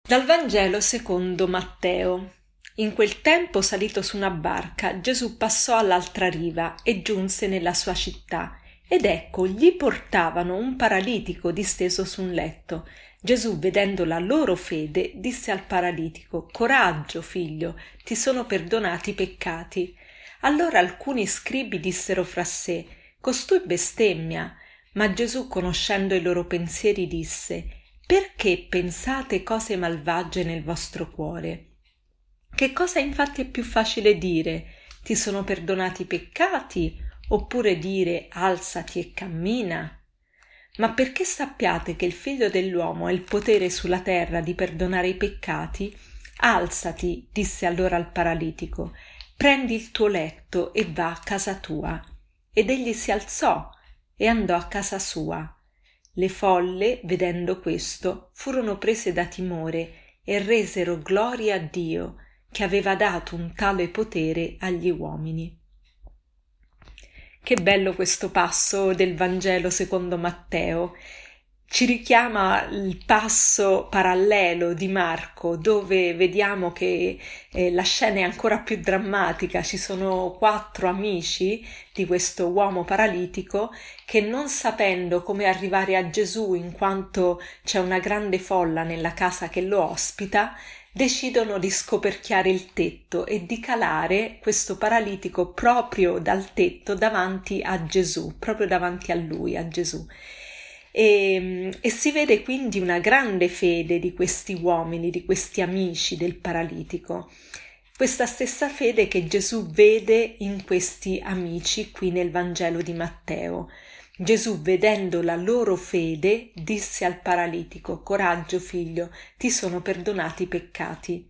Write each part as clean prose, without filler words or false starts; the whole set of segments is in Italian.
Dal Vangelo secondo Matteo. In quel tempo, salito su una barca, Gesù passò all'altra riva e giunse nella sua città. Ed ecco, gli portavano un paralitico disteso su un letto. Gesù, vedendo la loro fede, disse al paralitico: «Coraggio, figlio, ti sono perdonati i peccati». Allora alcuni scribi dissero fra sé: «Costui bestemmia». Ma Gesù, conoscendo i loro pensieri, disse: «Perché pensate cose malvagie nel vostro cuore? Che cosa infatti è più facile dire: ti sono perdonati i peccati, oppure dire: alzati e cammina? Ma perché sappiate che il Figlio dell'uomo ha il potere sulla terra di perdonare i peccati, alzati, disse allora al paralitico, prendi il tuo letto e va a casa tua. Ed egli si alzò e andò a casa sua. Le folle, vedendo questo, furono prese da timore e resero gloria a Dio, che aveva dato un tale potere agli uomini. Che bello questo passo del Vangelo secondo Matteo. Ci richiama il passo parallelo di Marco, dove vediamo che la scena è ancora più drammatica. Ci sono 4 amici di questo uomo paralitico che, non sapendo come arrivare a Gesù in quanto c'è una grande folla nella casa che lo ospita, decidono di scoperchiare il tetto e di calare questo paralitico proprio dal tetto davanti a Gesù, proprio davanti a lui, a Gesù. E si vede quindi una grande fede di questi uomini, di questi amici del paralitico. Questa stessa fede che Gesù vede in questi amici qui nel Vangelo di Matteo. Gesù, vedendo la loro fede, disse al paralitico: «Coraggio, figlio, ti sono perdonati i peccati».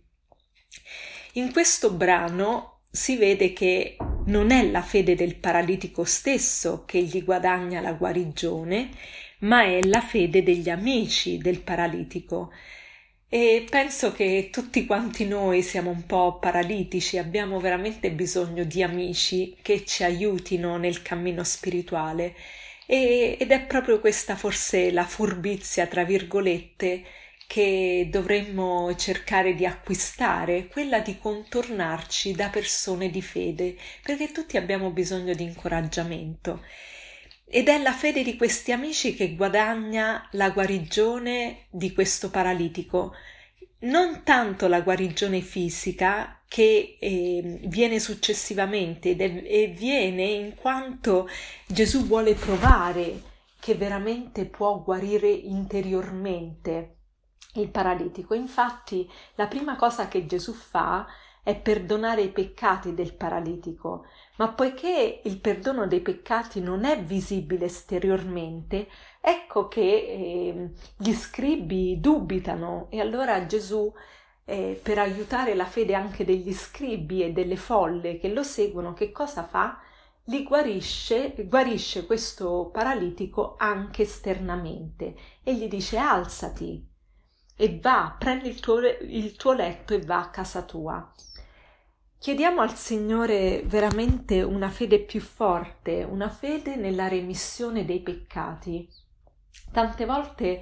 In questo brano si vede che non è la fede del paralitico stesso che gli guadagna la guarigione, ma è la fede degli amici del paralitico. E penso che tutti quanti noi siamo un po' paralitici, abbiamo veramente bisogno di amici che ci aiutino nel cammino spirituale. Ed è proprio questa forse la furbizia, tra virgolette, che dovremmo cercare di acquistare, quella di contornarci da persone di fede, perché tutti abbiamo bisogno di incoraggiamento. Ed è la fede di questi amici che guadagna la guarigione di questo paralitico, non tanto la guarigione fisica che viene successivamente e viene in quanto Gesù vuole provare che veramente può guarire interiormente il paralitico. Infatti la prima cosa che Gesù fa è perdonare i peccati del paralitico, ma poiché il perdono dei peccati non è visibile esteriormente, ecco che gli scribi dubitano, e allora Gesù, per aiutare la fede anche degli scribi e delle folle che lo seguono, che cosa fa? Li guarisce questo paralitico anche esternamente e gli dice: alzati e va, prendi il tuo letto e va a casa tua. Chiediamo al Signore veramente una fede più forte, una fede nella remissione dei peccati. Tante volte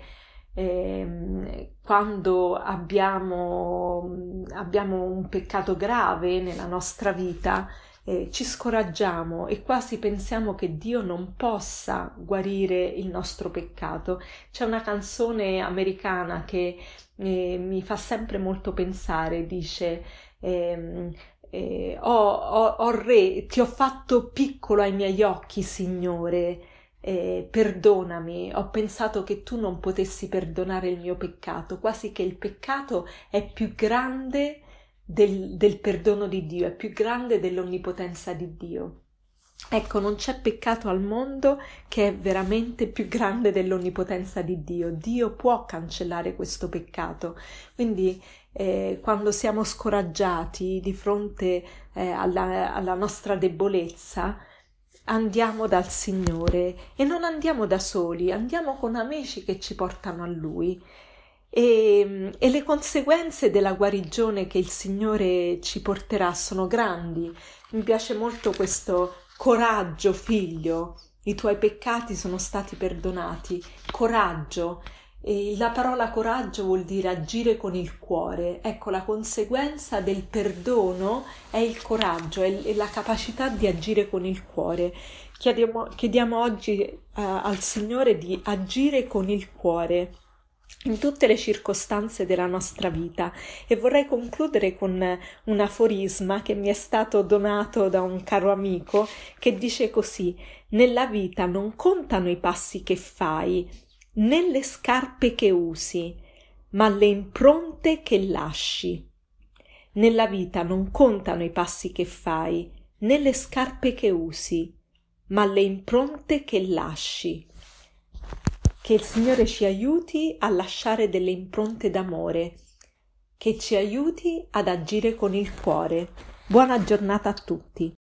quando abbiamo un peccato grave nella nostra vita, ci scoraggiamo e quasi pensiamo che Dio non possa guarire il nostro peccato. C'è una canzone americana che mi fa sempre molto pensare, dice: Re, ti ho fatto piccolo ai miei occhi, Signore, perdonami, ho pensato che tu non potessi perdonare il mio peccato, quasi che il peccato è più grande del perdono di Dio, è più grande dell'onnipotenza di Dio. Ecco, non c'è peccato al mondo che è veramente più grande dell'onnipotenza di Dio. Dio può cancellare questo peccato. Quindi quando siamo scoraggiati di fronte alla nostra debolezza, andiamo dal Signore e non andiamo da soli, andiamo con amici che ci portano a Lui. E le conseguenze della guarigione che il Signore ci porterà sono grandi. Mi piace molto questo: coraggio, figlio, i tuoi peccati sono stati perdonati. Coraggio. E la parola coraggio vuol dire agire con il cuore. Ecco, la conseguenza del perdono è il coraggio, è la capacità di agire con il cuore. Chiediamo oggi al Signore di agire con il cuore in tutte le circostanze della nostra vita. E vorrei concludere con un aforisma che mi è stato donato da un caro amico, che dice così: nella vita non contano i passi che fai, né le scarpe che usi, ma le impronte che lasci. Nella vita non contano i passi che fai, né le scarpe che usi, ma le impronte che lasci. Che il Signore ci aiuti a lasciare delle impronte d'amore, che ci aiuti ad agire con il cuore. Buona giornata a tutti.